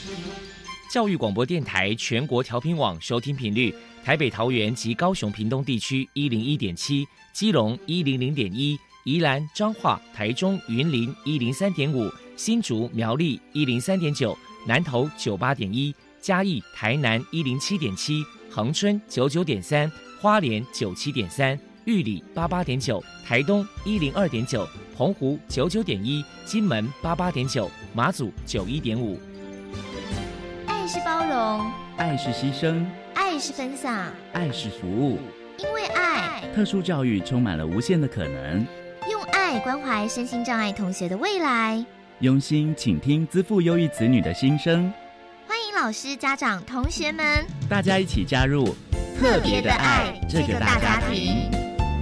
教育广播电台全国调频网收听频率：台北、桃园及高雄屏东地区101.7，基隆100.1，宜兰、彰化、台中、云林103.5，新竹、苗栗103.9，南投98.1，嘉义、台南107.7，恒春99.3，花莲97.3，玉里88.9，台东102.9，澎湖99.1，金门88.9，马祖91.5。 爱是包容， 爱是牺牲， 爱是分享， 爱是服务。 因为爱， 特殊教育充满了无限的可能。 用爱关怀身心障碍同学的未来， 用心倾听资赋优异子女的心声。 欢迎老师、家长、同学们， 大家一起加入特别的爱这个大家庭。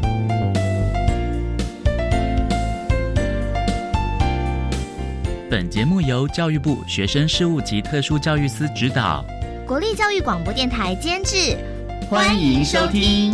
本节目由教育部学生事务及特殊教育司指导， 国立教育广播电台监制， 欢迎收听。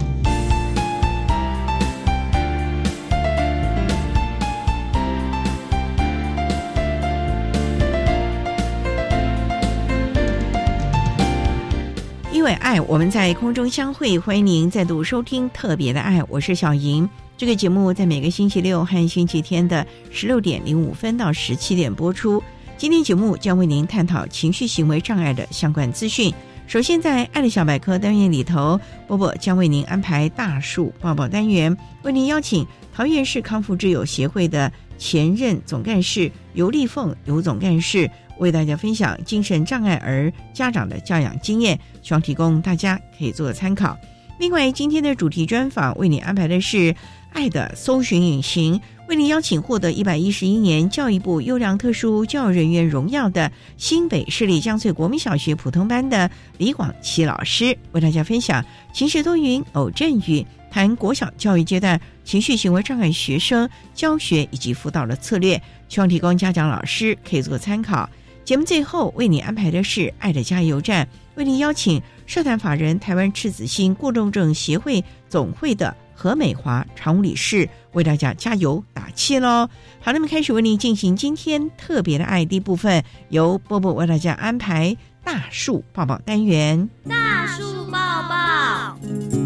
因为爱，我们在空中相会，欢迎您再度收听特别的爱，我是小莹。这个节目在每个星期六和星期天的16点05分到17点播出。今天节目将为您探讨情绪行为障碍的相关资讯。首先在爱的小百科单元里头，波波将为您安排大树抱抱单元，为您邀请桃园市康复之友协会的前任总干事尤丽凤尤总干事为大家分享精神障碍儿家长的教养经验，希望提供大家可以做个参考。另外今天的主题专访为你安排的是爱的搜寻引擎，为您邀请获得111年教育部优良特殊教育人员荣耀的新北市立江翠国民小学普通班的李广琪老师，为大家分享情绪多云偶阵雨，谈国小教育阶段情绪行为障碍学生教学以及辅导的策略，希望提供家长老师可以做参考。节目最后为你安排的是爱的加油站，为您邀请社团法人台湾赤子心过动症协会总会的何美华常务理事为大家加油打气咯。好，那么开始为您进行今天特别的爱第一部分，由波波为大家安排大树抱抱单元。 大树抱抱，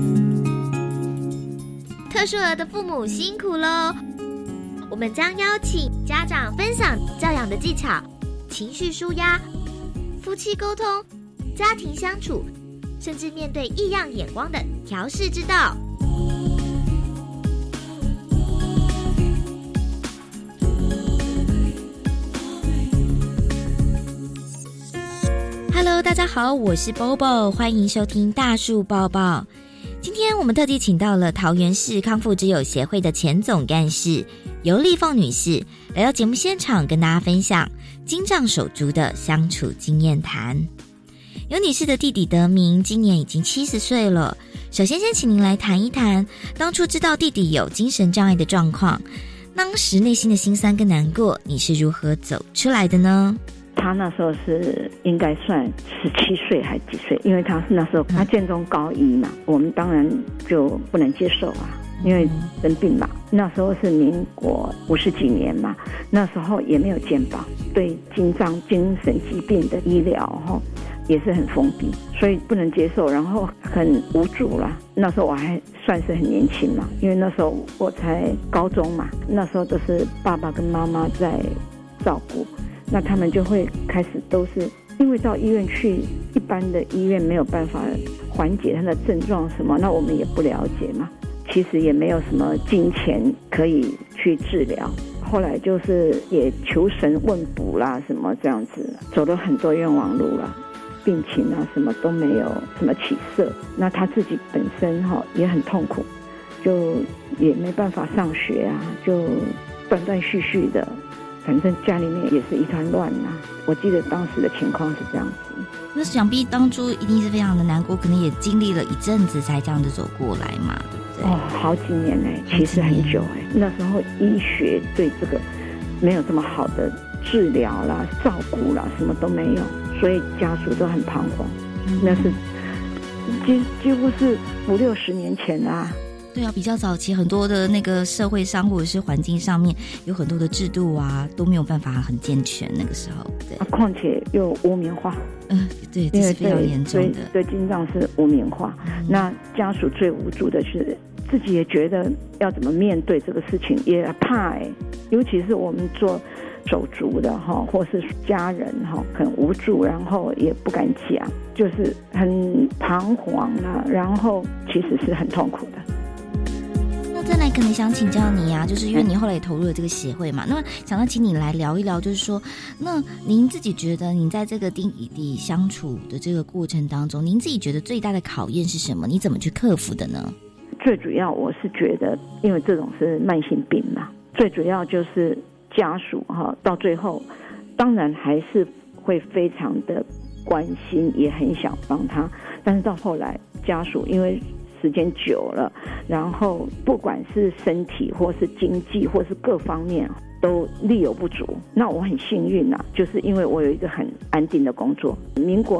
特殊儿的父母辛苦咯，我们将邀请家长分享教养的技巧、情绪抒压、夫妻沟通、家庭相处，甚至面对异样眼光的调适之道。Hello， 大家好，我是 Bobo， 欢迎收听大树抱抱。今天我们特地请到了桃园市康复之友协会的前总干事尤丽凤女士，来到节目现场跟大家分享精障手足的相处经验谈。尤女士的弟弟德明今年已经70岁了，首先请您来谈一谈当初知道弟弟有精神障碍的状况，当时内心的心酸跟难过，你是如何走出来的呢？ 他那时候是应该算17岁还几岁，因为他是那时候他建中高一嘛，我们当然就不能接受啊，因为生病嘛。那时候是民国50几年嘛，那时候也没有健保，对精神疾病的医疗也是很封闭，所以不能接受，然后很无助啦。那时候我还算是很年轻嘛，因为那时候我才高中嘛，那时候都是爸爸跟妈妈在照顾，那他们就会开始都是因为到医院去，一般的医院没有办法缓解他的症状什么，那我们也不了解嘛，其实也没有什么金钱可以去治疗，后来就是也求神问卜啦什么这样子，走了很多冤枉路啦，病情啊什么都没有什么起色，那他自己本身也很痛苦，就也没办法上学啊，就断断续续的，反正家里面也是一团乱啊。我记得当时的情况是这样子。 那想必当初一定是非常的难过，可能也经历了一阵子才这样子走过来嘛，对不对？ 好几年其实很久那时候医学对这个没有这么好的治疗啦、照顾啦，什么都没有，所以家属都很彷徨。那是几乎是50-60年前啦。 对啊，比较早期很多的那个社会上或者是环境上面有很多的制度啊都没有办法很健全，那个时候对况且又污名化， 对，这是非常严重的， 对精障是污名化，那家属最无助的是自己也觉得要怎么面对这个事情，也怕尤其是我们做手足的或是家人很无助，然后也不敢讲，就是很彷徨啊，然后其实是很痛苦的。 那再来可能想请教你啊，就是因为你后来也投入了这个协会嘛，那么想要请你来聊一聊，就是说那您自己觉得您在这个跟弟弟相处的这个过程当中，您自己觉得最大的考验是什么？你怎么去克服的呢？ 最主要我是觉得因为这种是慢性病嘛，最主要就是家属到最后当然还是会非常的关心，也很想帮他，但是到后来家属因为时间久了，然后不管是身体或是经济或是各方面都力有不足。那我很幸运啊，就是因为我有一个很安定的工作，民国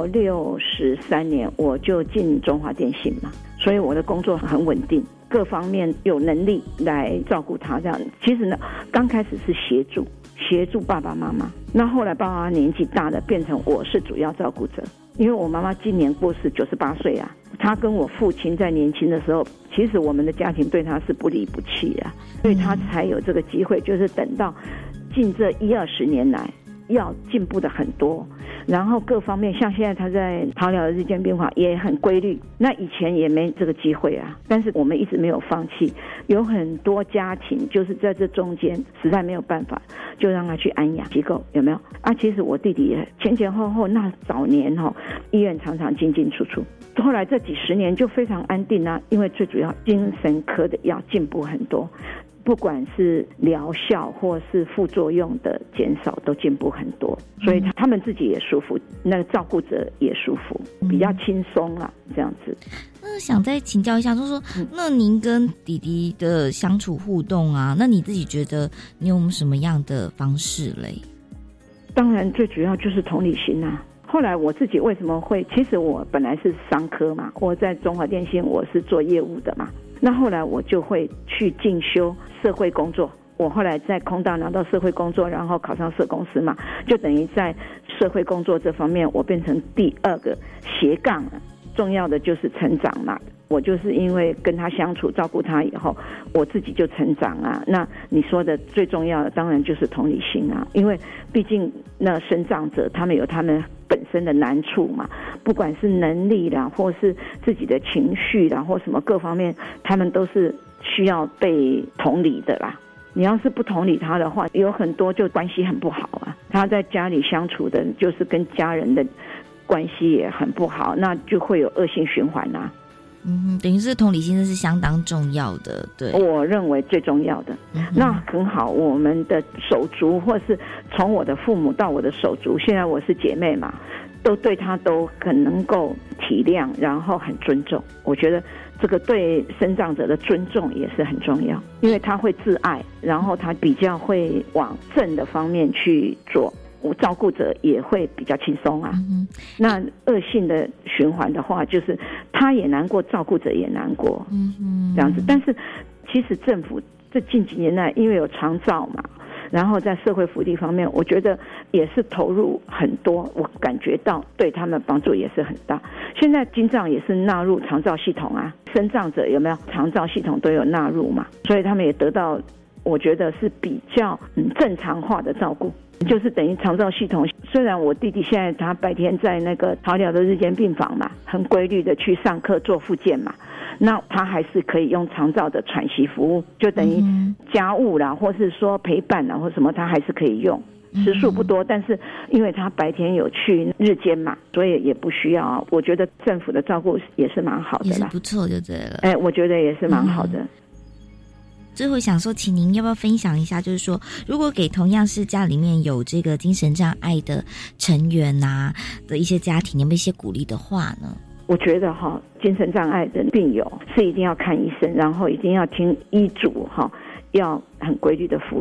63年我就进中华电信嘛，所以我的工作很稳定，各方面有能力来照顾他这样。其实呢，刚开始是协助爸爸妈妈，那后来爸爸年纪大了，变成我是主要照顾者。因为我妈妈今年过世98岁啊，她跟我父亲在年轻的时候，其实我们的家庭对她是不离不弃啊，所以她才有这个机会，就是等到近这10-20年来要进步的很多，然后各方面像现在他在桃疗的日间病房也很规律，那以前也没这个机会啊，但是我们一直没有放弃。有很多家庭就是在这中间实在没有办法，就让他去安养机构，有没有啊？其实我弟弟也前后那早年医院常常进出，后来这几十年就非常安定啊，因为最主要精神科的药进步很多，不管是疗效或是副作用的减少都进步很多，所以他们自己也舒服，那个照顾者也舒服，比较轻松啊，这样子。 那想再请教一下，就是说，那您跟弟弟的相处互动啊，那你自己觉得你有什么样的方式嘞？ 当然最主要就是同理心啊。后来我自己为什么会，其实我本来是商科嘛，我在中华电信我是做业务的嘛，那后来我就会去进修社会工作，我后来在空大拿到社会工作，然后考上社工师嘛，就等于在社会工作这方面我变成第2个斜杠了。重要的就是成长嘛，我就是因为跟他相处照顾他以后，我自己就成长啊。那你说的最重要的当然就是同理心啊，因为毕竟那身障者他们有他们本身的难处嘛，不管是能力啦，或是自己的情绪啦，或什么各方面，他们都是需要被同理的啦。你要是不同理他的话，有很多就关系很不好啊。他在家里相处的就是跟家人的关系也很不好，那就会有恶性循环啊。 等于是同理心是相当重要的，对，我认为最重要的。那很好，我们的手足或是从我的父母到我的手足，现在我是姐妹嘛，都对他都很能够体谅，然后很尊重。我觉得这个对身障者的尊重也是很重要，因为他会自爱，然后他比较会往正的方面去做，我照顾者也会比较轻松啊。那恶性的循环的话，就是他也难过，照顾者也难过，这样子。但是其实政府这近几年来，因为有长照嘛，然后在社会福利方面，我觉得也是投入很多，我感觉到对他们帮助也是很大。现在精障也是纳入长照系统啊，身障者有没有长照系统都有纳入嘛，所以他们也得到我觉得是比较正常化的照顾。就是等于长照系统，虽然我弟弟现在他白天在那个桃疗的日间病房嘛，很规律的去上课做复健嘛，那他还是可以用长照的喘息服务，就等于家务啦，或是说陪伴啦，或什么他还是可以用，时数不多，但是因为他白天有去日间嘛，所以也不需要啊。我觉得政府的照顾也是蛮好的啦， 也是不错就对了。 我觉得也是蛮好的。 最后想说，请您要不要分享一下，就是说如果给同样是家里面有这个精神障碍的成员啊的一些家庭，有没有一些鼓励的话呢？ 我觉得精神障碍的病友是一定要看医生，然后一定要听医嘱要很规律的服药，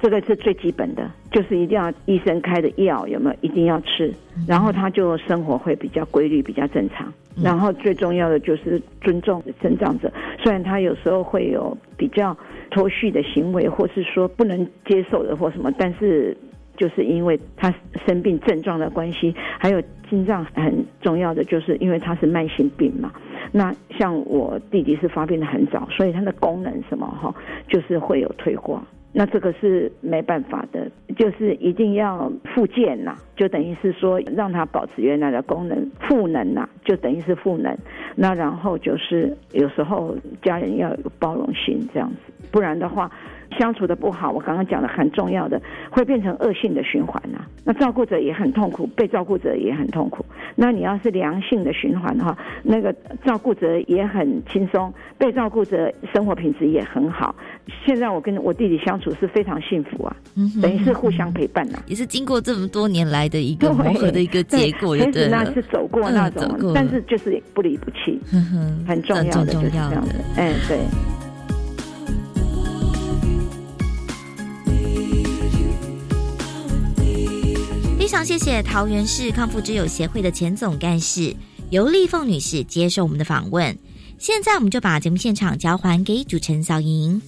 这个是最基本的，就是一定要医生开的药有没有一定要吃，然后他就生活会比较规律比较正常。然后最重要的就是尊重生长者，虽然他有时候会有比较脱序的行为，或是说不能接受的或什么，但是就是因为他生病症状的关系，还有心脏很重要的，就是因为他是慢性病嘛。那像我弟弟是发病的很早，所以他的功能什么就是会有退化。那这个是没办法的，就是一定要复健呐，就等于是说让他保持原来的功能，赋能呐，就等于是赋能。那然后就是有时候家人要有包容心这样子，不然的话相处的不好，我刚刚讲的很重要的，会变成恶性的循环啊。那照顾者也很痛苦，被照顾者也很痛苦。那你要是良性的循环的话，那个照顾者也很轻松，被照顾者生活品质也很好。现在我跟我弟弟相处是非常幸福啊，等于是互相陪伴啊， 也是经过这么多年来的一个磨合的一个结果，对对， 那是走过那种，但是就是不离不弃，很重要的就是这样的，对。 非常谢谢桃园市康复之友协会的前总干事尤丽凤女士接受我们的访问。现在我们就把节目现场交还给主持人小莹。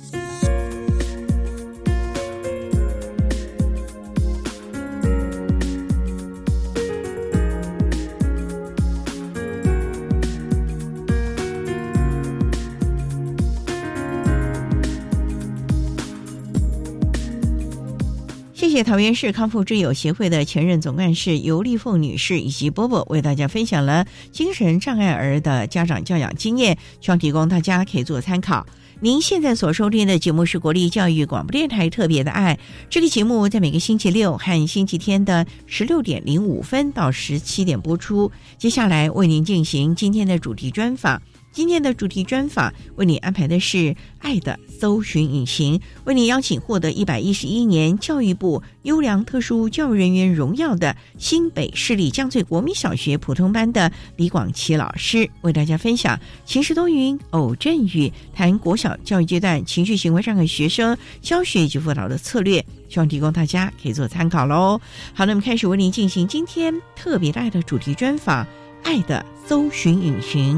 谢谢桃园市康复之友协会的前任总干事尤丽凤女士以及波波为大家分享了精神障碍儿的家长教养经验，希望提供大家可以做参考。您现在所收听的节目是国立教育广播电台特别的爱，这个节目在每个星期六和星期天的16点05分到17点播出。接下来为您进行今天的主题专访。今天的主题专访为你安排的是爱的搜寻引擎，为你邀请获得111年教育部优良特殊教育人员荣耀的新北市立江翠国民小学普通班的李广琪老师，为大家分享晴时多云偶阵雨，谈国小教育阶段情绪行为障碍学生教学以及辅导的策略，希望提供大家可以做参考咯。好，那么开始为您进行今天特别的爱的主题专访，爱的搜寻引擎。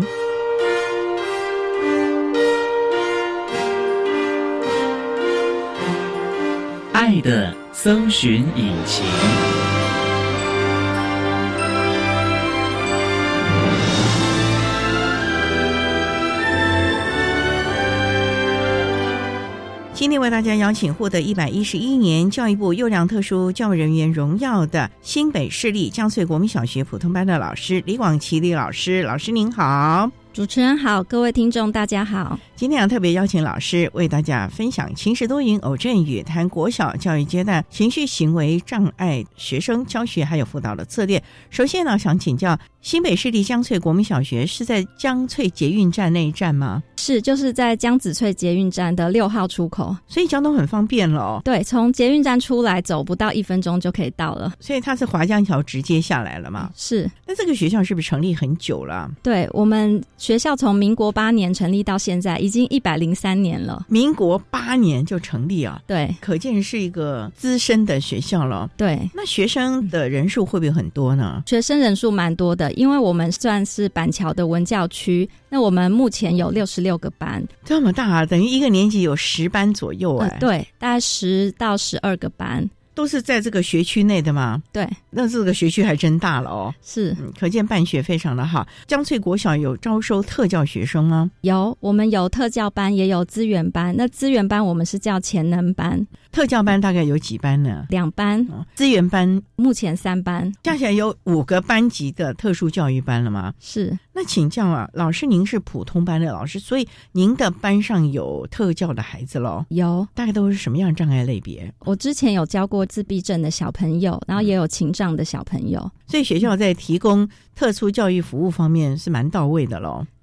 爱的搜寻引擎。 今天为大家邀请获得111年教育部优良特殊教育人员荣耀的新北市立江翠国民小学普通班的老师李广琪李老师，老师您好。 主持人好，各位听众大家好。 今天特别邀请老师为大家分享晴时多云偶阵雨，谈国小教育阶段情绪行为障碍学生教学还有辅导的策略。首先呢，想请教新北市立江翠国民小学是在江翠捷运站那一站吗？ 是，就是在江子翠捷运站的6号出口， 所以交通很方便了。 对，从捷运站出来走不到1分钟就可以到了。 所以它是华江桥直接下来了嘛？ 是。 那这个学校是不是成立很久了？ 对，我们学校从民国8年成立到现在已经103年了。 民国8年就成立啊？ 对， 可见是一个资深的学校了。 对， 那学生的人数会不会很多呢？ 学生人数蛮多的，因为我们算是板桥的文教区，那我们目前有66个班。 这么大啊，等于一个年级有10班左右。 对，大概10到12个班。 都是在这个学区内的吗？ 对， 那这个学区还真大了哦。 是， 可见办学非常的好。江翠国小有招收特教学生吗？ 有，我们有特教班，也有资源班。那资源班我们是叫潜能班。 特教班大概有几班呢 ？2班。 资源班目前3班， 加起来有5个班级的特殊教育班了吗？ 是。 那请教啊，老师您是普通班的老师，所以您的班上有特教的孩子咯？ 有。 大概都是什么样障碍类别？ 我之前有教过自闭症的小朋友，然后也有情障的小朋友。 所以学校在提供特殊教育服务方面是蛮到位的咯。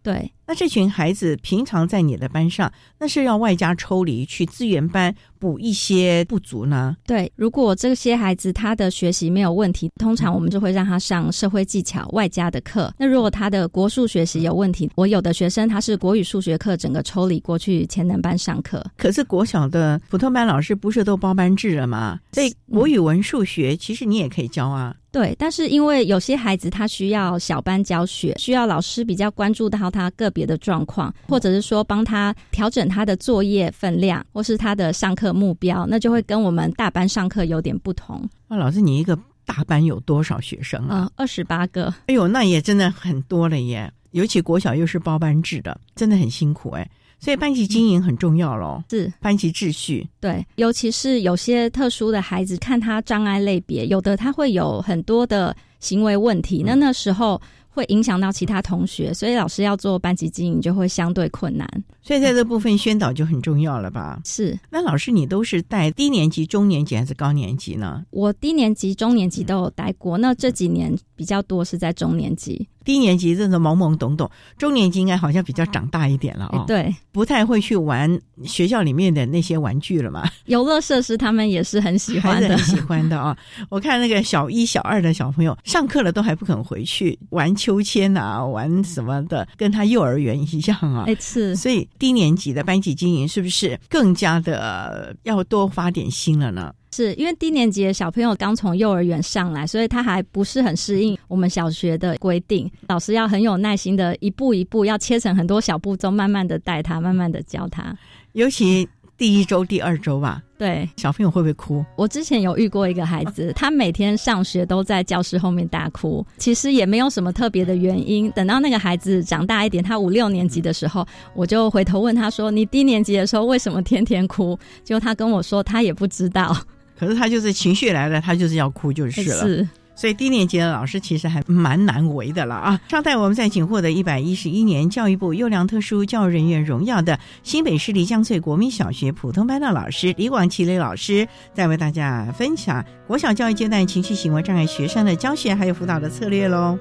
对。 那这群孩子平常在你的班上，那是要外加抽离去资源班补一些不足呢？ 对，如果这些孩子他的学习没有问题，通常我们就会让他上社会技巧外加的课。那如果他的国数学习有问题，我有的学生他是国语数学课整个抽离过去潜能班上课。 可是国小的普通班老师不是都包班制了吗？所以国语文数学其实你也可以教啊。 对，但是因为有些孩子他需要小班教学，需要老师比较关注到他个别的状况，或者是说帮他调整他的作业分量，或是他的上课目标，那就会跟我们大班上课有点不同。 老师，你一个大班有多少学生啊 ？28个。 哎呦，那也真的很多了耶，尤其国小又是包班制的，真的很辛苦哎。所以班级经营很重要咯， 是班级秩序。 对，尤其是有些特殊的孩子，看他障碍类别，有的他会有很多的行为问题，那时候会影响到其他同学，所以老师要做班级经营就会相对困难。 所以在这部分宣导就很重要了吧？ 是。 那老师你都是带低年级、中年级还是高年级呢？ 我低年级、中年级都有带过，那这几年比较多是在中年级。 低年级真的懵懵懂懂，中年级应该好像比较长大一点了哦。 对， 不太会去玩学校里面的那些玩具了嘛。 游乐设施他们也是很喜欢的， 还是很喜欢的啊。我看那个小1、小2的小朋友上课了都还不肯回去玩秋千啊，玩什么的，跟他幼儿园一样啊。 是。 所以低年级的班级经营是不是更加的要多发点心了呢？ 是，因为低年级的小朋友刚从幼儿园上来，所以他还不是很适应我们小学的规定，老师要很有耐心的一步一步要切成很多小步骤，慢慢的带他，慢慢的教他。 尤其第1周、第2周吧， 对， 小朋友会不会哭？ 我之前有遇过一个孩子，他每天上学都在教室后面大哭，其实也没有什么特别的原因。等到那个孩子长大一点，他5、6年级的时候，我就回头问他说：“你低年级的时候为什么天天哭？”结果他跟我说他也不知道。 可是他就是情绪来了，他就是要哭就是了。是。所以低年级的老师其实还蛮难为的了啊！上代我们再请获得111年教育部优良特殊教育人员荣耀的新北市立江翠国民小学普通班的老师李广麒雷老师，再为大家分享国小教育阶段情绪行为障碍学生的教学还有辅导的策略咯。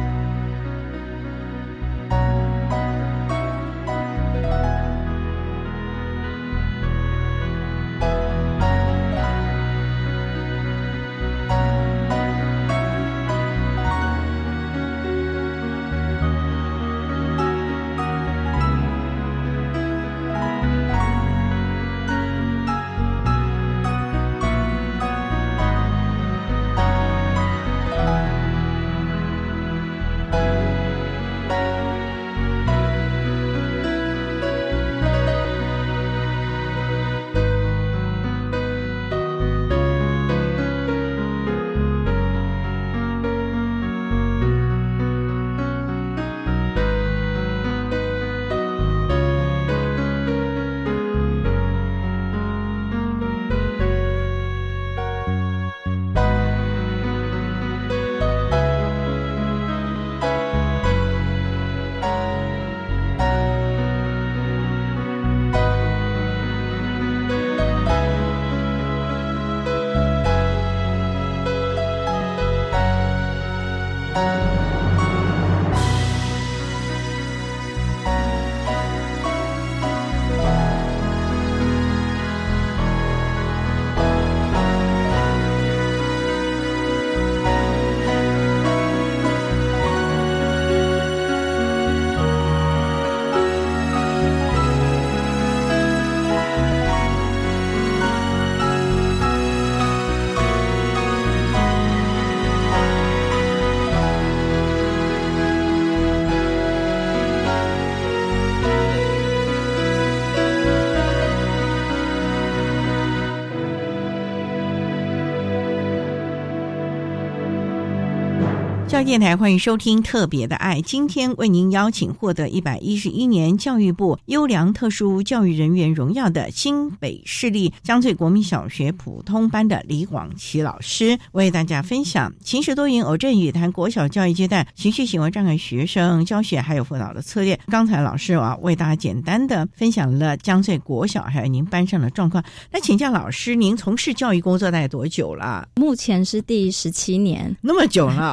教育电台，欢迎收听特别的爱。今天为您邀请获得111年教育部优良特殊教育人员荣耀的新北市立江翠国民小学普通班的李广麒老师，为大家分享情绪多元偶阵语谈国小教育阶段情绪行为障碍学生教学还有辅导的策略。刚才老师为大家简单的分享了江翠国小还有您班上的状况。那请教老师，您从事教育工作大概多久了？ 目前是第17年。 那么久了？ 是。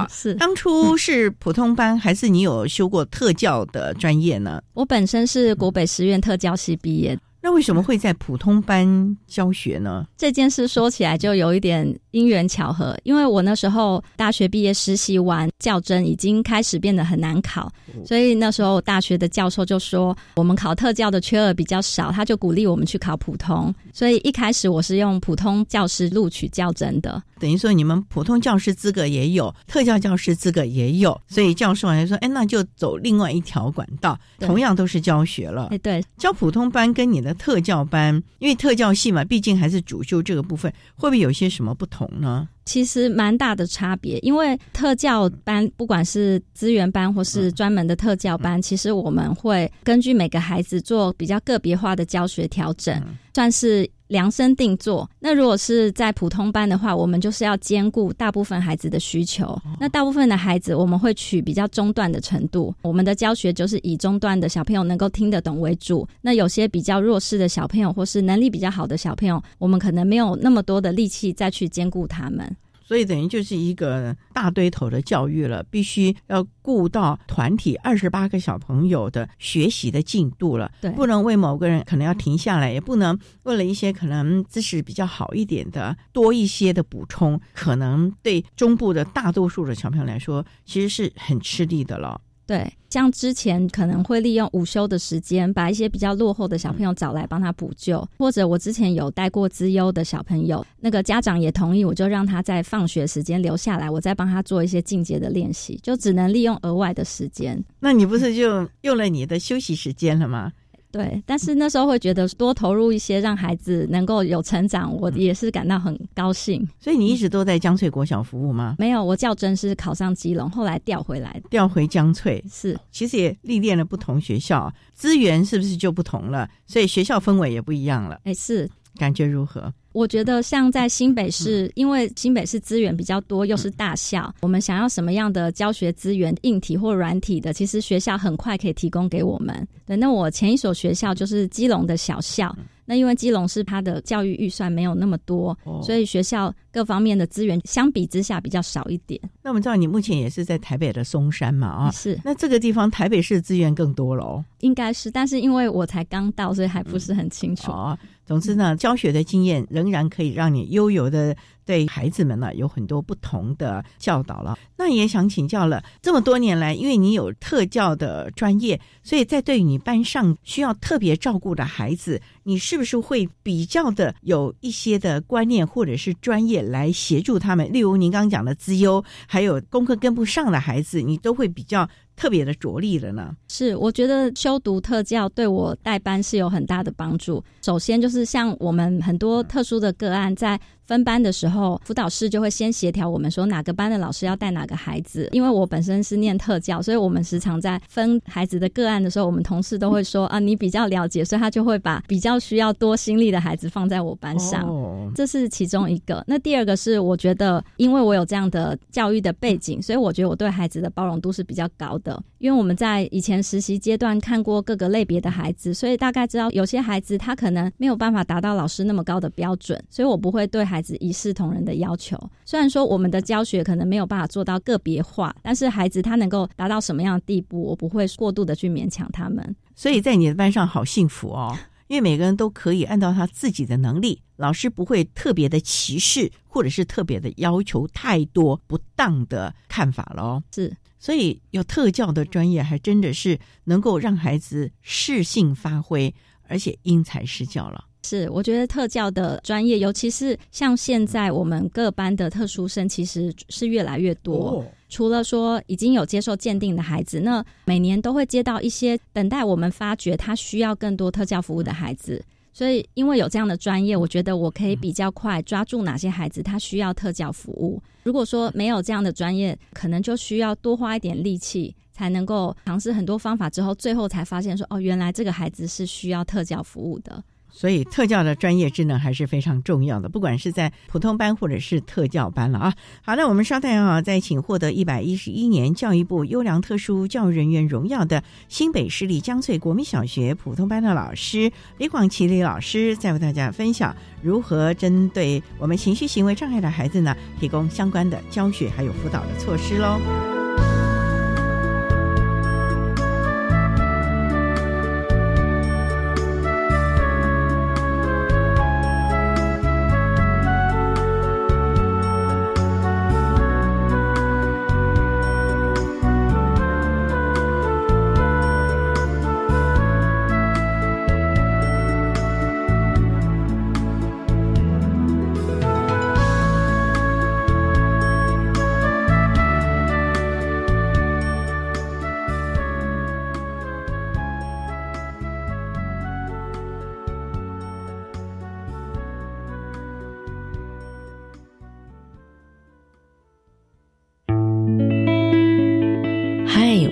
当初是普通班还是你有修过特教的专业呢？ 我本身是国北师院特教系毕业的。 那为什么会在普通班教学呢？ 这件事说起来就有一点因缘巧合，因为我那时候大学毕业实习完，教甄已经开始变得很难考，所以那时候大学的教授就说我们考特教的缺额比较少，他就鼓励我们去考普通，所以一开始我是用普通教师录取教甄的。 等于说你们普通教师资格也有，特教教师资格也有，所以教授还说那就走另外一条管道，同样都是教学了。 对， 教普通班跟你的特教班，因为特教系嘛，毕竟还是主修这个部分，会不会有些什么不同呢？ 其实蛮大的差别，因为特教班不管是资源班或是专门的特教班，其实我们会根据每个孩子做比较个别化的教学调整，算是量身定做。那如果是在普通班的话，我们就是要兼顾大部分孩子的需求，那大部分的孩子我们会取比较中段的程度，我们的教学就是以中段的小朋友能够听得懂为主，那有些比较弱势的小朋友或是能力比较好的小朋友，我们可能没有那么多的力气再去兼顾他们， 所以等于就是一个大堆头的教育了，必须要顾到团体28个小朋友的学习的进度了。 对， 不能为某个人可能要停下来，也不能为了一些可能姿势比较好一点的多一些的补充，可能对中部的大多数的小朋友来说其实是很吃力的了。 对，像之前可能会利用午休的时间把一些比较落后的小朋友找来帮他补救，或者我之前有带过资优的小朋友，那个家长也同意，我就让他在放学时间留下来，我再帮他做一些进阶的练习，就只能利用额外的时间。 那你不是就用了你的休息时间了吗？ 对，但是那时候会觉得多投入一些让孩子能够有成长，我也是感到很高兴。 所以你一直都在江翠国小服务吗？ 没有，我教甄是考上基隆，后来调回来的。 调回江翠。 是， 其实也历练了不同学校，资源是不是就不同了？所以学校氛围也不一样了。 是。 感觉如何？ 我觉得像在新北市，因为新北市资源比较多，又是大校，我们想要什么样的教学资源，硬体或软体的，其实学校很快可以提供给我们。对，那我前一所学校就是基隆的小校，那因为基隆市它的教育预算没有那么多，所以学校各方面的资源相比之下比较少一点。 那我们知道你目前也是在台北的松山嘛， 是。 那这个地方台北市资源更多了应该是，但是因为我才刚到，所以还不是很清楚。 总之呢，教学的经验仍然可以让你悠游的对孩子们呢有很多不同的教导了。那也想请教了，这么多年来，因为你有特教的专业，所以在对于你班上需要特别照顾的孩子，你是不是会比较的有一些的观念或者是专业来协助他们？例如您刚刚讲的资优，还有功课跟不上的孩子，你都会比较特别的着力了呢？ 是，我觉得修读特教对我带班是有很大的帮助。首先就是像我们很多特殊的个案，在分班的时候，辅导室就会先协调我们说哪个班的老师要带哪个孩子。因为我本身是念特教，所以我们时常在分孩子的个案的时候，我们同事都会说你比较了解，所以他就会把比较需要多心力的孩子放在我班上。这是其中一个。那第二个是我觉得因为我有这样的教育的背景，所以我觉得我对孩子的包容度是比较高的。因为我们在以前实习阶段看过各个类别的孩子，所以大概知道有些孩子他可能没有办法达到老师那么高的标准，所以我不会对孩子一视同仁的要求。虽然说我们的教学可能没有办法做到个别化，但是孩子他能够达到什么样的地步，我不会过度的去勉强他们。 所以在你的班上好幸福因为每个人都可以按照他自己的能力，老师不会特别的歧视或者是特别的要求太多不当的看法了是。 所以有特教的专业还真的是能够让孩子适性发挥，而且因材施教了。 是，我觉得特教的专业，尤其是像现在我们各班的特殊生其实是越来越多除了说已经有接受鉴定的孩子，那每年都会接到一些等待我们发掘他需要更多特教服务的孩子。所以因为有这样的专业，我觉得我可以比较快抓住哪些孩子他需要特教服务。如果说没有这样的专业，可能就需要多花一点力气，才能够尝试很多方法之后，最后才发现说原来这个孩子是需要特教服务的。 所以特教的专业职能还是非常重要的，不管是在普通班或者是特教班了好，那我们稍待再请获得111年教育部优良特殊教育人员荣耀的新北市立江翠国民小学普通班的老师李广琪李老师，再为大家分享如何针对我们情绪行为障碍的孩子呢，提供相关的教学还有辅导的措施咯。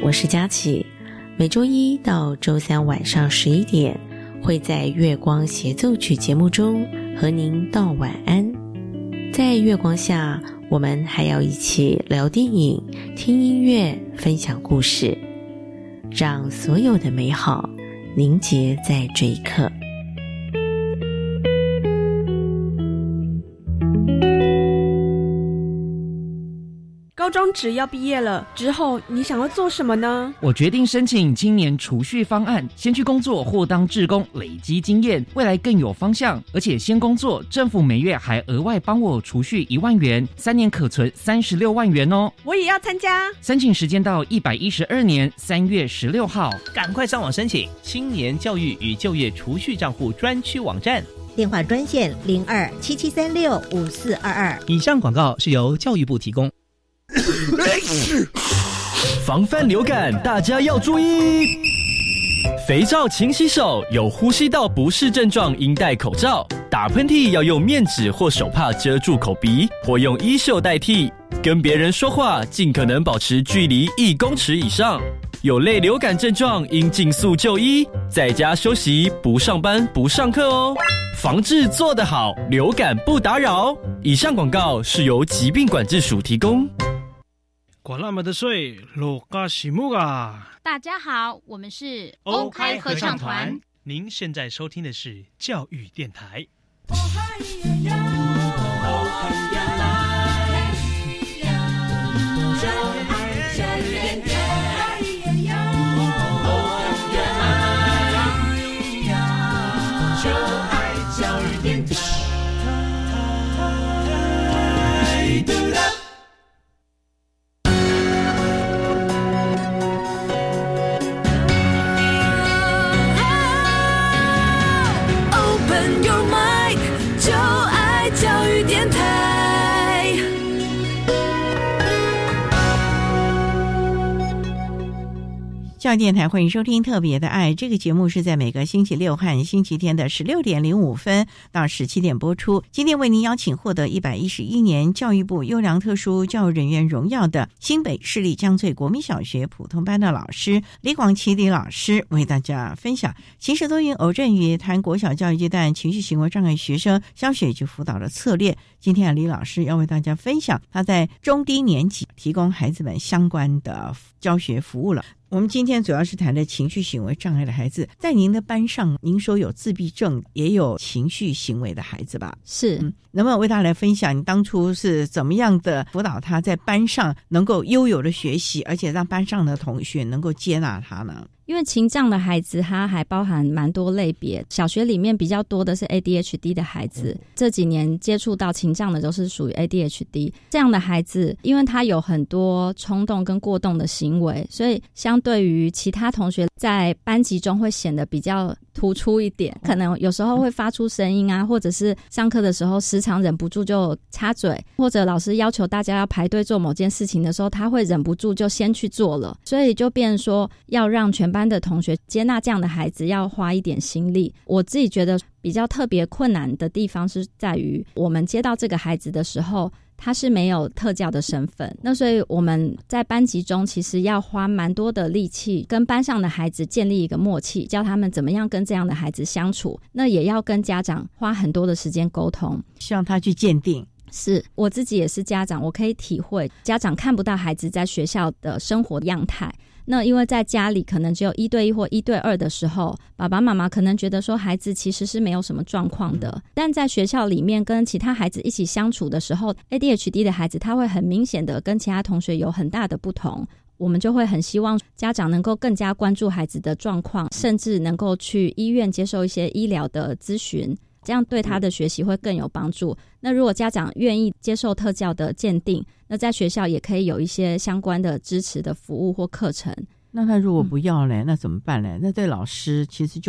我是佳琪，每周一到周三晚上11点，会在月光协奏曲节目中和您道晚安。在月光下，我们还要一起聊电影、听音乐、分享故事，让所有的美好凝结在这一刻。 高中只要毕业了之后，你想要做什么呢？ 我决定申请青年储蓄方案，先去工作或当志工，累积经验，未来更有方向。而且先工作，政府每月还额外帮我储蓄1万元，3年可存36万元哦。 我也要参加。 申请时间到112年3月16号， 赶快上网申请青年教育与就业储蓄账户专区网站。 电话专线02-7736-5422。 以上广告是由教育部提供。 防范流感，大家要注意。肥皂勤洗手，有呼吸道不适症状应戴口罩。打喷嚏要用面纸或手帕遮住口鼻，或用衣袖代替。跟别人说话尽可能保持距离1公尺以上。有类流感症状应尽速就医，在家休息，不上班不上课哦。防治做得好，流感不打扰。以上广告是由疾病管制署提供。 管那么的水，罗嘎西木啊！ 大家好，我们是欧开合唱团。 您现在收听的是教育电台。 教育电台，欢迎收听特别的爱。这个节目是在每个星期六和星期天的16点05分到17点播出。今天为您邀请获得111年教育部优良特殊教育人员荣耀的新北市立江翠国民小学普通班的老师李广琪李老师，为大家分享晴时多云偶阵雨，谈国小教育阶段情绪行为障碍学生教学及辅导的策略。今天李老师要为大家分享他在中低年级提供孩子们相关的教学服务了。我们今天主要是谈的情绪行为障碍的孩子，在您的班上，您说有自闭症，也有情绪行为的孩子吧？ 是， 能不能为大家来分享你当初是怎么样的辅导他在班上能够悠游的学习，而且让班上的同学能够接纳他呢？ 因为情障的孩子他还包含蛮多类别，小学里面比较多的是 ADHD 的孩子，这几年接触到情障的都是属于 ADHD 这样的孩子，因为他有很多冲动跟过动的行为，所以相对于其他同学在班级中会显得比较突出一点，可能有时候会发出声音啊，或者是上课的时候时常忍不住就插嘴，或者老师要求大家要排队做某件事情的时候，他会忍不住就先去做了，所以就变成说要让全班的同学接纳这样的孩子要花一点心力。我自己觉得比较特别困难的地方是在于我们接到这个孩子的时候，他是没有特教的身份，那所以我们在班级中其实要花蛮多的力气跟班上的孩子建立一个默契，教他们怎么样跟这样的孩子相处，那也要跟家长花很多的时间沟通， 希望他去鉴定。 是，我自己也是家长，我可以体会家长看不到孩子在学校的生活样态，那因为在家里可能只有1对1或1对2的时候，爸爸妈妈可能觉得说孩子其实是没有什么状况的，但在学校里面跟其他孩子一起相处的时候， ADHD 的孩子他会很明显的跟其他同学有很大的不同，我们就会很希望家长能够更加关注孩子的状况，甚至能够去医院接受一些医疗的咨询，这样对他的学习会更有帮助。那如果家长愿意接受特教的鉴定，那在学校也可以有一些相关的支持的服务或课程。 那他如果不要呢，那怎么办呢？那对老师其实就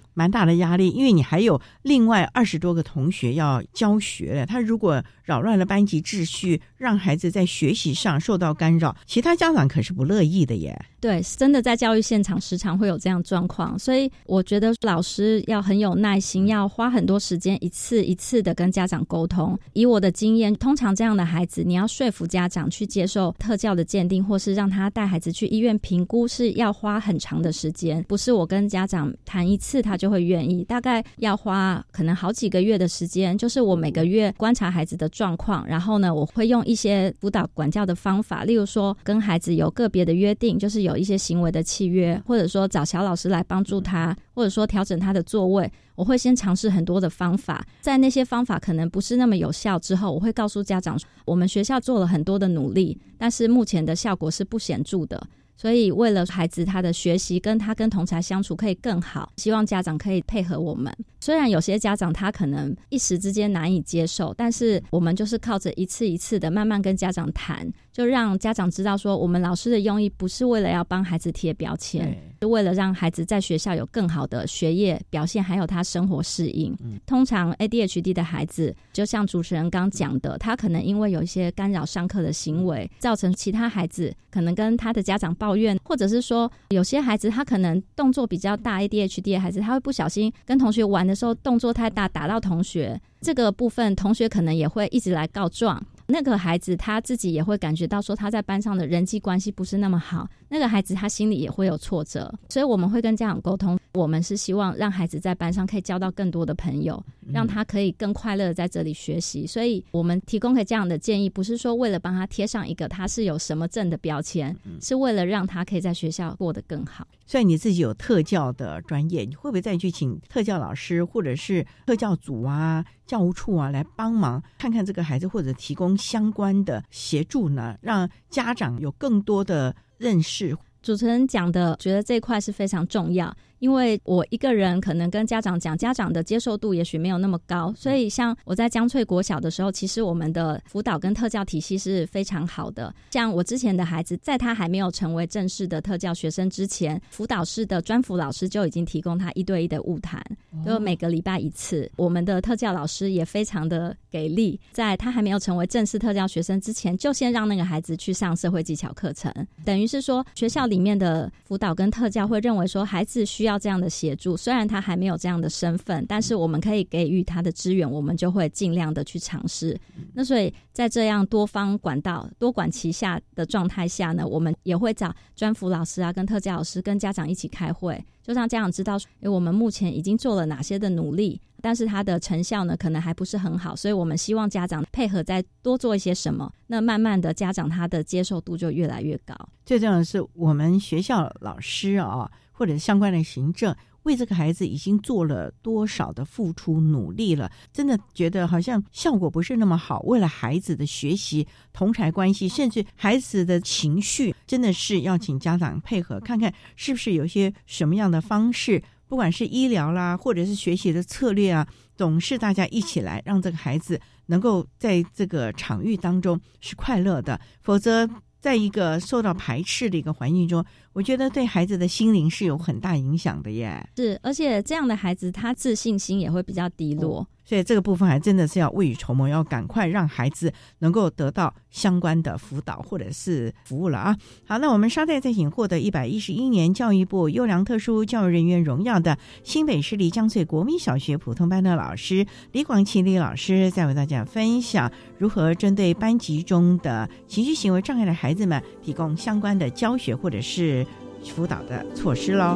蛮大的压力，因为你还有另外20多个同学要教学了，他如果扰乱了班级秩序，让孩子在学习上受到干扰，其他家长可是不乐意的耶。 对，真的在教育现场时常会有这样状况，所以我觉得老师要很有耐心，要花很多时间一次一次的跟家长沟通。以我的经验，通常这样的孩子，你要说服家长去接受特教的鉴定，或是让他带孩子去医院评估，是要花很长的时间，不是我跟家长谈一次他就会愿意，大概要花可能好几个月的时间。就是我每个月观察孩子的状况，然后呢，我会用一些辅导管教的方法，例如说跟孩子有个别的约定，就是有一些行为的契约，或者说找小老师来帮助他，或者说调整他的座位。我会先尝试很多的方法，在那些方法可能不是那么有效之后，我会告诉家长我们学校做了很多的努力，但是目前的效果是不显著的，所以为了孩子他的学习跟他跟同侪相处可以更好，希望家长可以配合我们。虽然有些家长他可能一时之间难以接受，但是我们就是靠着一次一次的慢慢跟家长谈，就让家长知道说我们老师的用意不是为了要帮孩子贴标签，是为了让孩子在学校有更好的学业表现，还有他生活适应。通常 ADHD 的孩子就像主持人刚讲的，他可能因为有一些干扰上课的行为，造成其他孩子可能跟他的家长抱怨，或者是说有些孩子他可能动作比较大， ADHD 的孩子他会不小心跟同学玩的时候动作太大打到同学，这个部分同学可能也会一直来告状，那个孩子他自己也会感觉到说他在班上的人际关系不是那么好，那个孩子他心里也会有挫折，所以我们会跟家长沟通，我们是希望让孩子在班上可以交到更多的朋友，让他可以更快乐的在这里学习。所以我们提供给家长的建议不是说为了帮他贴上一个他是有什么证的标签，是为了让他可以在学校过得更好。 所以你自己有特教的专业，你会不会再去请特教老师或者是特教组啊、教务处啊来帮忙看看这个孩子，或者提供相关的协助呢，让家长有更多的认识？ 主持人讲的觉得这一块是非常重要，因为我一个人可能跟家长讲，家长的接受度也许没有那么高，所以像我在江翠国小的时候，其实我们的辅导跟特教体系是非常好的。像我之前的孩子，在他还没有成为正式的特教学生之前，辅导室的专辅老师就已经提供他1对1的晤谈，就每个礼拜1次。我们的特教老师也非常的给力，在他还没有成为正式特教学生之前，就先让那个孩子去上社会技巧课程，等于是说学校里面的辅导跟特教会认为说孩子需要这样的协助，虽然他还没有这样的身份，但是我们可以给予他的资源，我们就会尽量的去尝试。那所以在这样多方管道多管齐下的状态下呢，我们也会找专辅老师啊跟特教老师跟家长一起开会，就让家长知道我们目前已经做了哪些的努力，但是它的成效呢可能还不是很好，所以我们希望家长配合再多做一些什么，那慢慢的家长他的接受度就越来越高。 最重要的是我们学校老师啊，或者相关的行政为这个孩子已经做了多少的付出努力了，真的觉得好像效果不是那么好，为了孩子的学习、同侪关系，甚至孩子的情绪，真的是要请家长配合，看看是不是有些什么样的方式，不管是医疗啦，或者是学习的策略啊，总是大家一起来让这个孩子能够在这个场域当中是快乐的，否则在一个受到排斥的一个环境中，我觉得对孩子的心灵是有很大影响的耶。 是，而且这样的孩子他自信心也会比较低落。 所以这个部分还真的是要未雨绸缪，要赶快让孩子能够得到相关的辅导或者是服务了啊。好，那我们稍待再请获得111年教育部优良特殊教育人员荣耀的新北市立江翠国民小学普通班的老师李广琪李老师，再为大家分享如何针对班级中的情绪行为障碍的孩子们提供相关的教学或者是辅导的措施咯。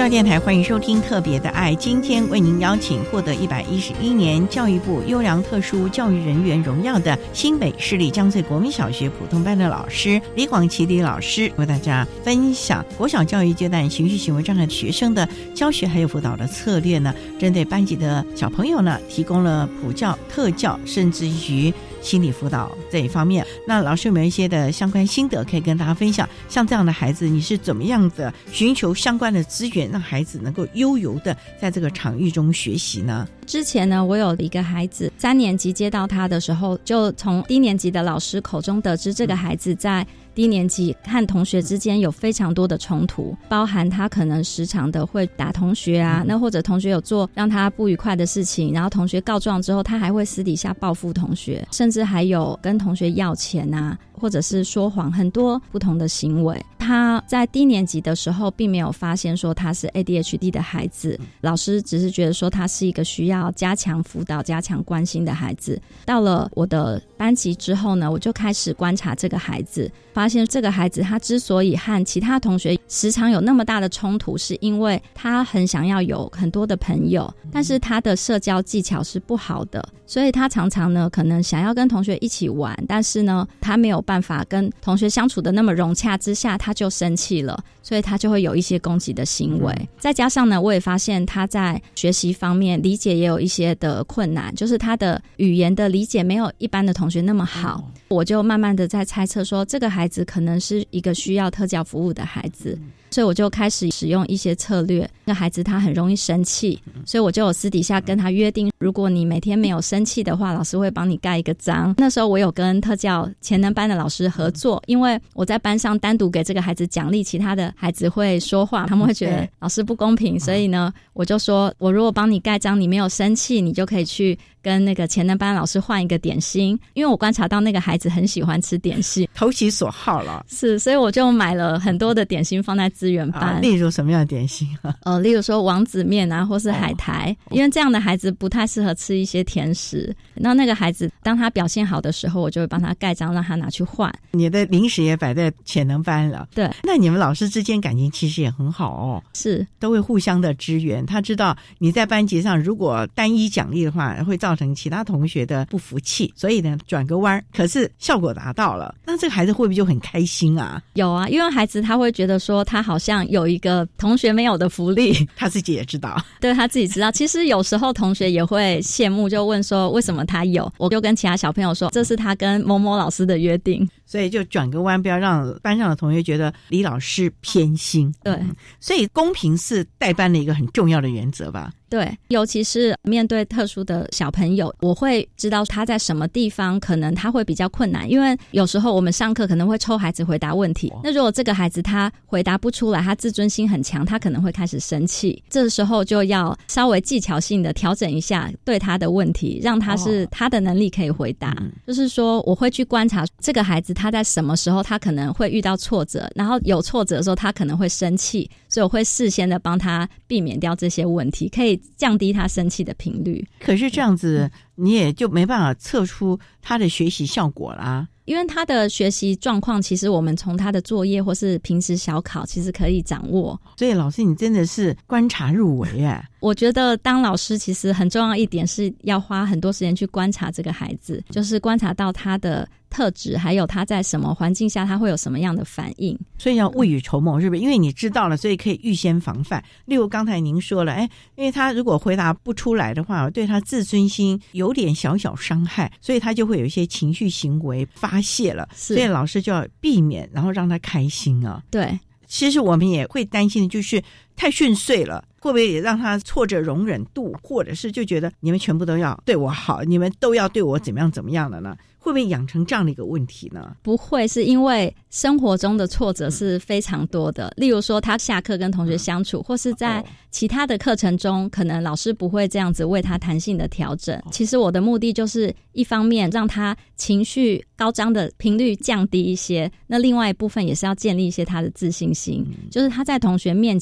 教电台，欢迎收听特别的爱。今天为您邀请获得111年教育部优良特殊教育人员荣耀的新北市立江翠国民小学普通班的老师李广琪李老师，为大家分享国小教育阶段情绪行为障碍学生的教学还有辅导的策略呢，针对班级的小朋友呢，提供了普教、特教，甚至于心理辅导这一方面。那老师有没有一些的相关心得可以跟大家分享？像这样的孩子，你是怎么样的寻求相关的资源，让孩子能够悠游的在这个场域中学习呢？ 之前呢，我有一个孩子3年级接到他的时候，就从低年级的老师口中得知，这个孩子在低年级和同学之间有非常多的冲突，包含他可能时常的会打同学啊，那或者同学有做让他不愉快的事情，然后同学告状之后，他还会私底下报复同学，甚至还有跟同学要钱啊，或者是说谎，很多不同的行为。他在低年级的时候并没有发现说他是 ADHD 的孩子，老师只是觉得说他是一个需要加强辅导、加强关心的孩子。到了我的班级之后呢，我就开始观察这个孩子，发现这个孩子他之所以和其他同学时常有那么大的冲突，是因为他很想要有很多的朋友，但是他的社交技巧是不好的，所以他常常呢可能想要跟同学一起玩，但是呢他没有办法跟同学相处的那么融洽之下，他就生气了，所以他就会有一些攻击的行为。再加上呢，我也发现他在学习方面理解也有一些的困难，就是他的语言的理解没有一般的同学那么好。我就慢慢的在猜测说，这个孩子可能是一个需要特教服务的孩子，所以我就开始使用一些策略。那孩子他很容易生气，所以我就有私底下跟他约定，如果你每天没有生气的话，老师会帮你盖一个章。那时候我有跟特教潜能班的老师合作，因为我在班上单独给这个孩子奖励，其他的孩子会说话，他们会觉得老师不公平，所以呢我就说，我如果帮你盖章，你没有生气，你就可以去跟那个潜能班老师换一个点心，因为我观察到那个孩子很喜欢吃点心， 投其所好了。 是，所以我就买了很多的点心放在资源班。 例如什么样的点心啊？ 例如说王子面啊，或是海苔，因为这样的孩子不太适合吃一些甜食。那个孩子当他表现好的时候，我就会帮他盖章，让他拿去换。 你的零食也摆在潜能班了。 对， 那你们老师之间感情其实也很好哦。 是， 都会互相的支援。他知道你在班级上如果单一奖励的话，会造成其他同学的不服气，所以呢转个弯，可是效果达到了，那这个孩子会不会就很开心啊？ 有啊，因为孩子他会觉得说他好像有一个同学没有的福利， 他自己也知道。 对，他自己知道。其实有时候同学也会羡慕，就问说为什么他有，我就跟其他小朋友说这是他跟某某老师的约定， 所以就转个弯，不要让班上的同学觉得李老师偏心。 对， 所以公平是带班的一个很重要的原则吧。 对，尤其是面对特殊的小朋友，我会知道他在什么地方可能他会比较困难，因为有时候我们上课可能会抽孩子回答问题，那如果这个孩子他回答不出来，他自尊心很强，他可能会开始生气，这时候就要稍微技巧性的调整一下对他的问题，让他是他的能力可以回答。就是说我会去观察这个孩子他在什么时候他可能会遇到挫折，然后有挫折的时候他可能会生气，所以我会事先的帮他避免掉这些问题，可以降低他生气的频率。 可是这样子你也就没办法测出他的学习效果啦， 因为他的学习状况其实我们从他的作业或是平时小考其实可以掌握。 所以老师你真的是观察入微耶。 我觉得当老师其实很重要一点是要花很多时间去观察这个孩子，就是观察到他的特质，还有他在什么环境下他会有什么样的反应。 所以要未雨绸缪，是不是？因为你知道了，所以可以预先防范。例如刚才您说了，因为他如果回答不出来的话，对他自尊心有点小小伤害，所以他就会有一些情绪行为发泄了，所以老师就要避免，然后让他开心啊。 对， 其实我们也会担心的就是太顺遂了，会不会也让他挫折容忍度，或者是就觉得你们全部都要对我好，你们都要对我怎么样的呢？会不会养成这样的一个问题呢？ 不会，是因为生活中的挫折是非常多的，例如说他下课跟同学相处，或是在其他的课程中，可能老师不会这样子为他弹性的调整。其实我的目的就是一方面让他情绪高涨的频率降低一些，那另外一部分也是要建立一些他的自信心，就是他在同学面前呢可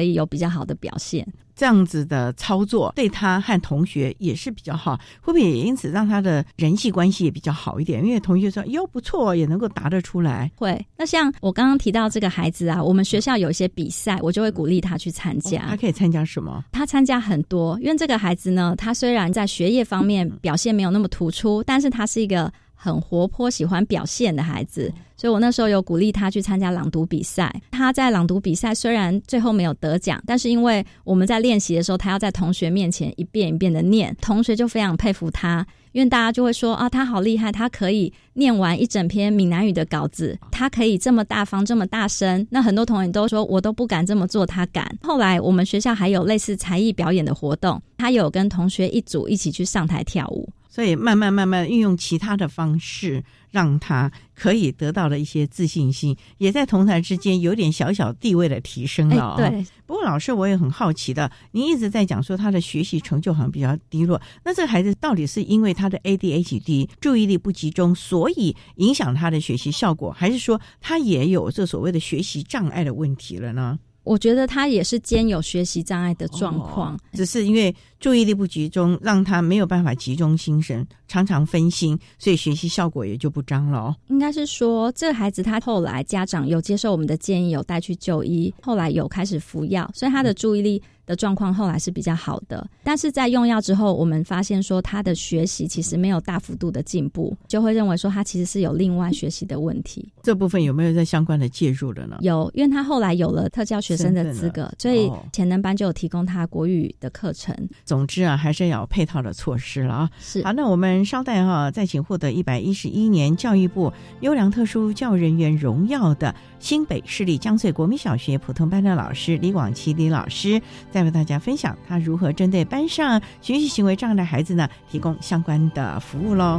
以有比较好的表现。 这样子的操作对他和同学也是比较好，会不会也因此让他的人际关系也比较好一点？因为同学说哟不错，也能够答得出来。 会。那像我刚刚提到这个孩子啊，我们学校有一些比赛，我就会鼓励他去参加。 他可以参加什么？ 他参加很多，因为这个孩子呢，他虽然在学业方面表现没有那么突出，但是他是一个很活泼喜欢表现的孩子，所以我那时候有鼓励他去参加朗读比赛。他在朗读比赛虽然最后没有得奖，但是因为我们在练习的时候他要在同学面前一遍一遍的念，同学就非常佩服他，因为大家就会说啊，他好厉害，他可以念完一整篇闽南语的稿子，他可以这么大方这么大声。那很多同学都说我都不敢这么做，他敢。后来我们学校还有类似才艺表演的活动，他有跟同学一组一起去上台跳舞， 所以慢慢运用其他的方式，让他可以得到了一些自信心，也在同台之间有点小小地位的提升了。 对。 不过老师，我也很好奇的，您一直在讲说他的学习成就好像比较低落，那这个孩子到底是因为他的 ADHD 注意力不集中，所以影响他的学习效果，还是说他也有这所谓的学习障碍的问题了呢？ 我觉得他也是兼有学习障碍的状况， 只是因为注意力不集中，让他没有办法集中心神，常常分心，所以学习效果也就不彰了。 应该是说这个孩子他后来家长有接受我们的建议，有带去就医，后来有开始服药，所以他的注意力的状况后来是比较好的。但是在用药之后，我们发现说他的学习其实没有大幅度的进步，就会认为说他其实是有另外学习的问题。 这部分有没有在相关的介入的呢？ 有，因为他后来有了特教学生的资格，所以潜能班就有提供他国语的课程。 总之啊，还是要有配套的措施了啊。 是。 好，那我们稍待再请获得111年教育部优良特殊教育人员荣耀的新北市立江翠国民小学普通班的老师李广琪李老师，再为大家分享他如何针对班上学习行为障碍的孩子呢，提供相关的服务咯。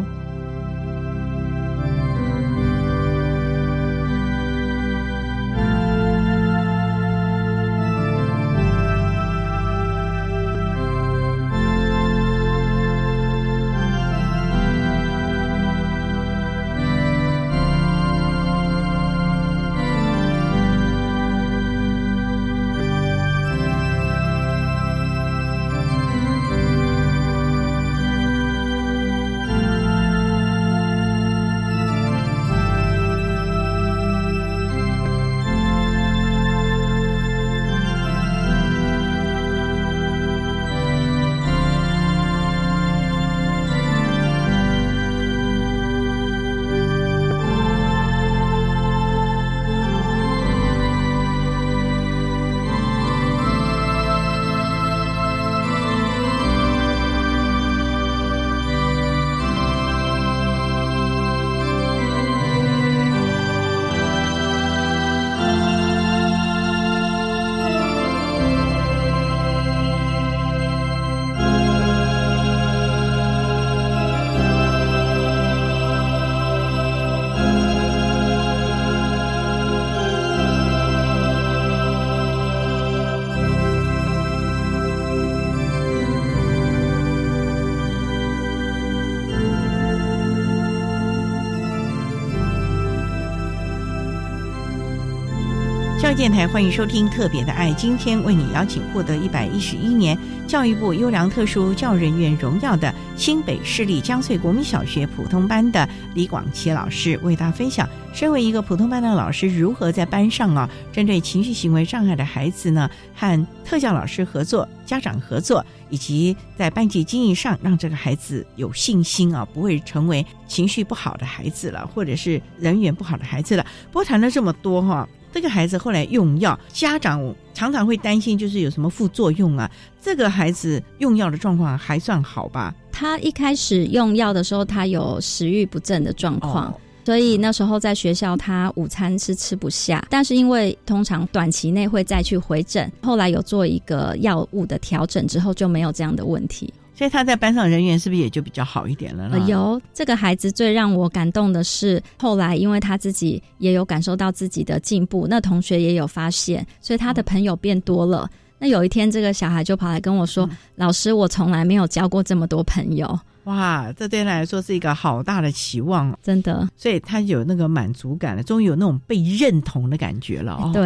教育电台欢迎收听特别的爱，今天为你邀请获得111年教育部优良特殊教育人员荣耀的新北市立江翠国民小学普通班的李广琪老师，为大家分享身为一个普通班的老师如何在班上针对情绪行为障碍的孩子呢，和特教老师合作、家长合作，以及在班级经营上让这个孩子有信心不会成为情绪不好的孩子了，或者是人缘不好的孩子了。不过谈了这么多这个孩子后来用药，家长常常会担心就是有什么副作用啊。这个孩子用药的状况还算好吧？ 他一开始用药的时候，他有食欲不振的状况，所以那时候在学校他午餐是吃不下，但是因为通常短期内会再去回诊，后来有做一个药物的调整之后就没有这样的问题。 所以他在班上人缘是不是也就比较好一点了呢？ 有，这个孩子最让我感动的是后来因为他自己也有感受到自己的进步，那同学也有发现，所以他的朋友变多了。那有一天这个小孩就跑来跟我说，老师，我从来没有交过这么多朋友。 哇，这对他来说是一个好大的期望， 真的。 所以他有那个满足感了，终于有那种被认同的感觉了。 对。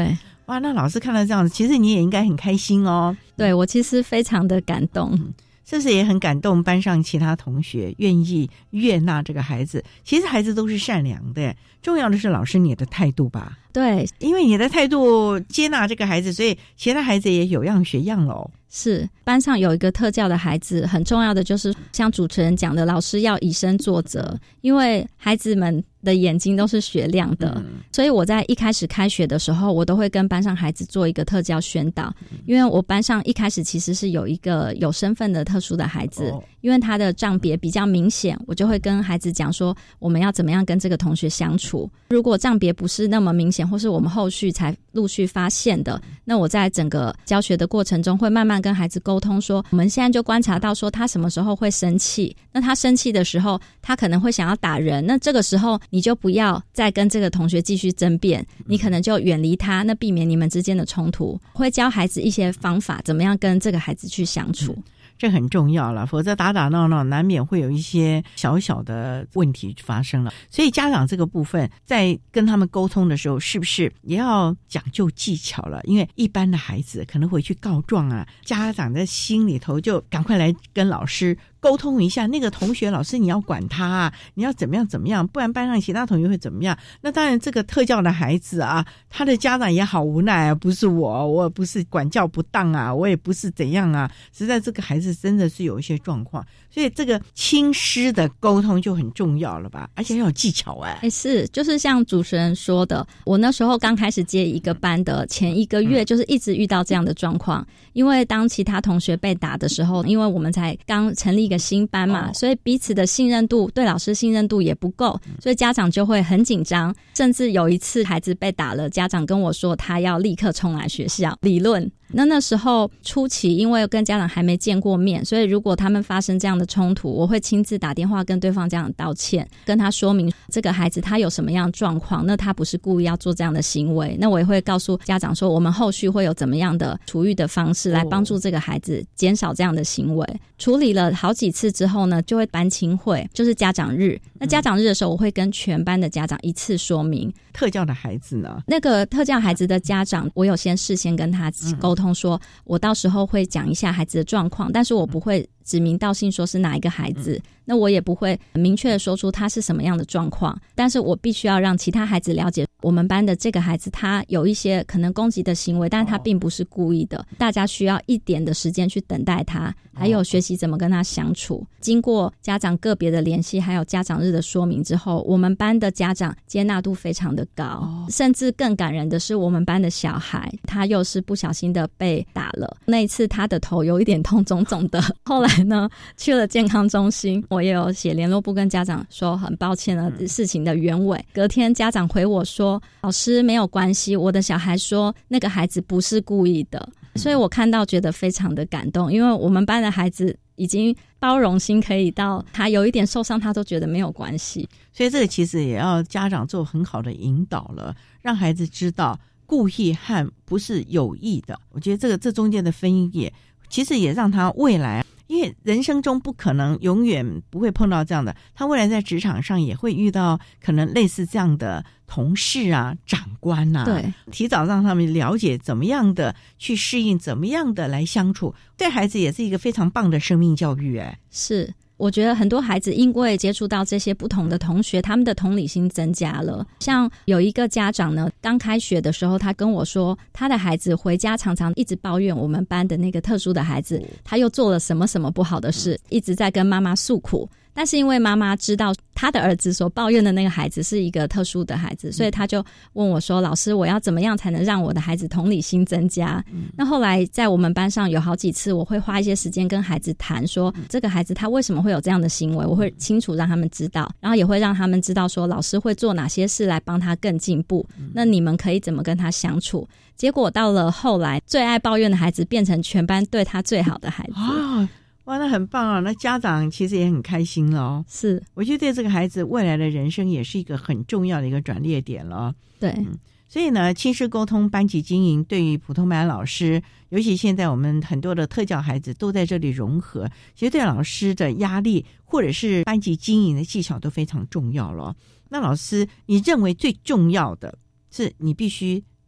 哇，那老师看到这样子，其实你也应该很开心哦。 对，我其实非常的感动。 是不是也很感动班上其他同学愿意悦纳这个孩子？其实孩子都是善良的，重要的是老师你的态度吧。 对， 因为你的态度接纳这个孩子，所以其他孩子也有样学样咯。 是，班上有一个特教的孩子，很重要的就是像主持人讲的，老师要以身作则，因为孩子们的眼睛都是雪亮的，所以我在一开始开学的时候，我都会跟班上孩子做一个特教宣导。因为我班上一开始其实是有一个有身份的特殊的孩子，因为他的障别比较明显，我就会跟孩子讲说我们要怎么样跟这个同学相处。如果障别不是那么明显，或是我们后续才陆续发现的，那我在整个教学的过程中会慢慢跟孩子沟通说，我们现在就观察到说他什么时候会生气，那他生气的时候他可能会想要打人，那这个时候你就不要再跟这个同学继续争辩，你可能就远离他，那避免你们之间的冲突。会教孩子一些方法，怎么样跟这个孩子去相处。 这很重要了，否则打打闹闹难免会有一些小小的问题发生了。所以家长这个部分在跟他们沟通的时候，是不是也要讲究技巧了？因为一般的孩子可能回去告状啊，家长在心里头就赶快来跟老师沟通一下，那个同学老师你要管他啊，你要怎么样，不然班上其他同学会怎么样。那当然这个特教的孩子啊，他的家长也好无奈啊，不是我不是管教不当啊，我也不是怎样啊，实在这个孩子真的是有一些状况，所以这个亲师的沟通就很重要了吧，而且要有技巧是，就是像主持人说的，我那时候刚开始接一个班的前一个月，就是一直遇到这样的状况。因为当其他同学被打的时候，因为我们才刚成立一个新班嘛，所以彼此的信任度，对老师信任度也不够，所以家长就会很紧张。甚至有一次孩子被打了，家长跟我说他要立刻冲来学校理论。那时候初期因为跟家长还没见过面，所以如果他们发生这样的冲突，我会亲自打电话跟对方家长道歉，跟他说明这个孩子他有什么样的状况，那他不是故意要做这样的行为。那我也会告诉家长说，我们后续会有怎么样的处遇的方式来帮助这个孩子减少这样的行为。处理了好几次之后呢，就会班亲会，就是家长日。那家长日的时候，我会跟全班的家长一次说明。 特教的孩子呢？ 那个特教孩子的家长，我有事先跟他沟通说，我到时候会讲一下孩子的状况，但是我不会指名道姓说是哪一个孩子，那我也不会明确的说出他是什么样的状况，但是我必须要让其他孩子了解，我们班的这个孩子他有一些可能攻击的行为，但是他并不是故意的，大家需要一点的时间去等待他，还有学习怎么跟他相处。经过家长个别的联系，还有家长日的说明之后，我们班的家长接纳度非常的高，甚至更感人的是，我们班的小孩他又是不小心的被打了，那一次他的头有一点痛肿肿的，后来呢去了健康中心，我也有写联络簿跟家长说很抱歉的事情的原委。隔天家长回我说，老师没有关系，我的小孩说那个孩子不是故意的。所以我看到觉得非常的感动，因为我们班的孩子已经包容心可以到他有一点受伤他都觉得没有关系。 所以这个其实也要家长做很好的引导了，让孩子知道故意和不是有意的。我觉得这中间的分野其实也让他未来，因为人生中不可能永远不会碰到这样的，他未来在职场上也会遇到可能类似这样的同事啊、长官啊， 对， 提早让他们了解怎么样的去适应，怎么样的来相处，对孩子也是一个非常棒的生命教育。 是，我觉得很多孩子因为接触到这些不同的同学，他们的同理心增加了。像有一个家长呢，刚开学的时候他跟我说，他的孩子回家常常一直抱怨我们班的那个特殊的孩子，他又做了什么什么不好的事，一直在跟妈妈诉苦。但是因为妈妈知道他的儿子所抱怨的那个孩子是一个特殊的孩子，所以他就问我说，老师我要怎么样才能让我的孩子同理心增加。那后来在我们班上有好几次，我会花一些时间跟孩子谈说，这个孩子他为什么会有这样的行为，我会清楚让他们知道，然后也会让他们知道说老师会做哪些事来帮他更进步，那你们可以怎么跟他相处。结果到了后来，最爱抱怨的孩子变成全班对他最好的孩子。 哇，那很棒啊！那家长其实也很开心了。 是， 我觉得对这个孩子未来的人生也是一个很重要的一个转捩点了。 对， 所以呢，亲师沟通、班级经营对于普通班老师，尤其现在我们很多的特教孩子都在这里融合，其实对老师的压力或者是班级经营的技巧都非常重要了。那老师，你认为最重要的是你必须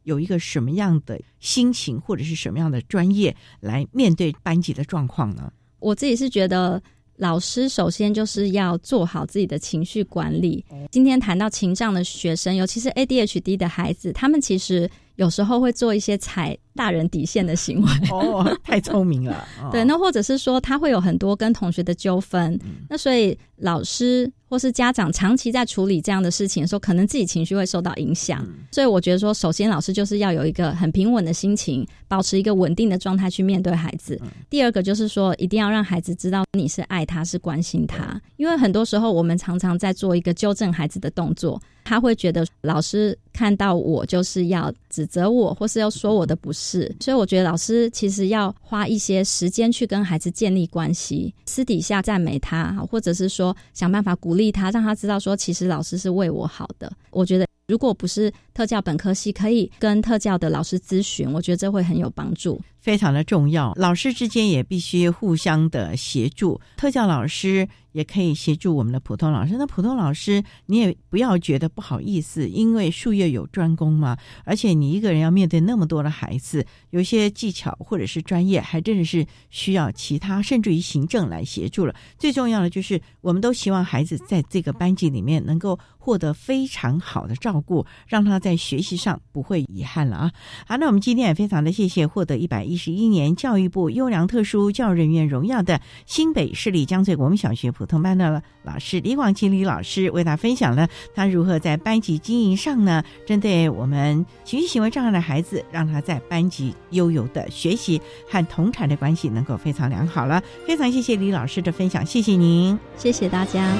有一个什么样的心情或者是什么样的专业来面对班级的状况呢？ 我自己是觉得老师首先就是要做好自己的情绪管理。今天谈到情障的学生，尤其是 ADHD 的孩子，他们其实有时候会做一些踩大人底线的行为。 太聪明了。 对，那或者是说他会有很多跟同学的纠纷，那所以老师或是家长长期在处理这样的事情的时候，可能自己情绪会受到影响。所以我觉得说，首先老师就是要有一个很平稳的心情，保持一个稳定的状态去面对孩子。第二个就是说，一定要让孩子知道你是爱他，是关心他。因为很多时候我们常常在做一个纠正孩子的动作，他会觉得老师看到我就是要指责我，或是要说我的不是。所以我觉得老师其实要花一些时间去跟孩子建立关系，私底下赞美他，或者是说想办法鼓励他，让他知道说其实老师是为我好的。我觉得如果不是特教本科系，可以跟特教的老师咨询，我觉得这会很有帮助， 非常的重要。老师之间也必须互相的协助，特教老师也可以协助我们的普通老师。那普通老师你也不要觉得不好意思，因为术业有专攻嘛，而且你一个人要面对那么多的孩子，有一些技巧或者是专业还真的是需要其他甚至于行政来协助了。最重要的就是我们都希望孩子在这个班级里面能够获得非常好的照顾，让他在学习上不会遗憾了啊。好，那我们今天也非常的谢谢获得111年教育部优良特殊教育人员荣耀的新北市立江翠国民小学普通班的老师李广清李老师，为他分享了他如何在班级经营上呢，针对我们情绪行为障碍的孩子，让他在班级悠游的学习和同侪的关系能够非常良好了。非常谢谢李老师的分享，谢谢您。 谢谢大家。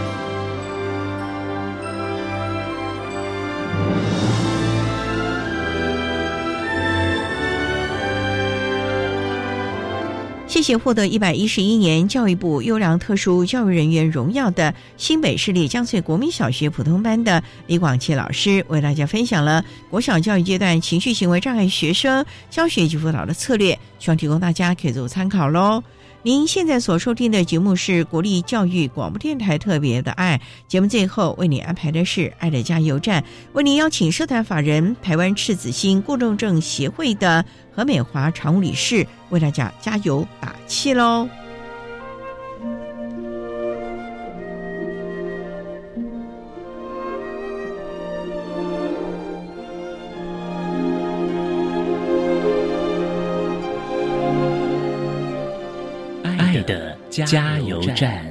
谢谢获得111年教育部优良特殊教育人员荣耀的新北市立江翠国民小学普通班的李广清老师，为大家分享了国小教育阶段情绪行为障碍学生教学及辅导的策略，希望提供大家可以做参考咯。您现在所收听的节目是国立教育广播电台特别的爱节目，最后为你安排的是爱的加油站，为您邀请社团法人台湾赤子心过动症协会的何美华常务理事为大家加油打气咯。 爱的加油站。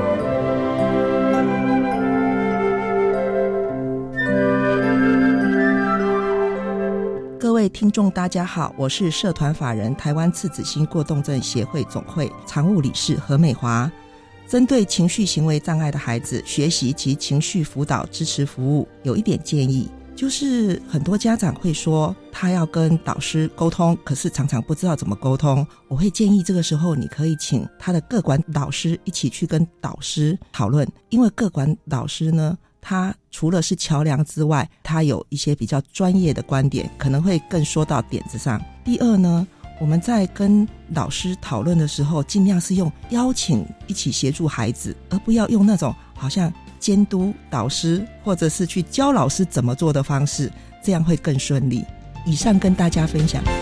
各位听众大家好，我是社团法人台湾赤子心过动症协会总会常务理事何美华。针对情绪行为障碍的孩子学习及情绪辅导支持服务，有一点建议，就是很多家长会说他要跟导师沟通，可是常常不知道怎么沟通。我会建议这个时候你可以请他的个管导师一起去跟导师讨论，因为个管导师呢，他除了是桥梁之外，他有一些比较专业的观点，可能会更说到点子上。第二呢，我们在跟老师讨论的时候，尽量是用邀请一起协助孩子，而不要用那种好像监督导师或者是去教老师怎么做的方式，这样会更顺利。以上跟大家分享。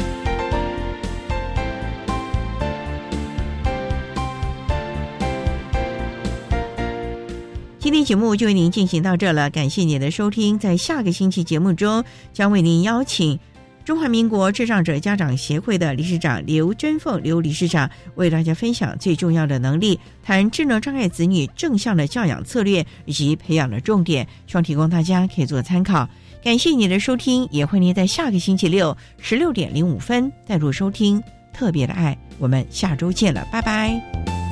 今天节目就为您进行到这了，感谢您的收听。在下个星期节目中，将为您邀请中华民国智障者家长协会的理事长刘珍凤刘理事长，为大家分享最重要的能力，谈智能障碍子女正向的教养策略以及培养的重点，希望提供大家可以做参考。感谢你的收听，也欢迎您在下个星期六16:05再度收听特别的爱。我们下周见了，拜拜。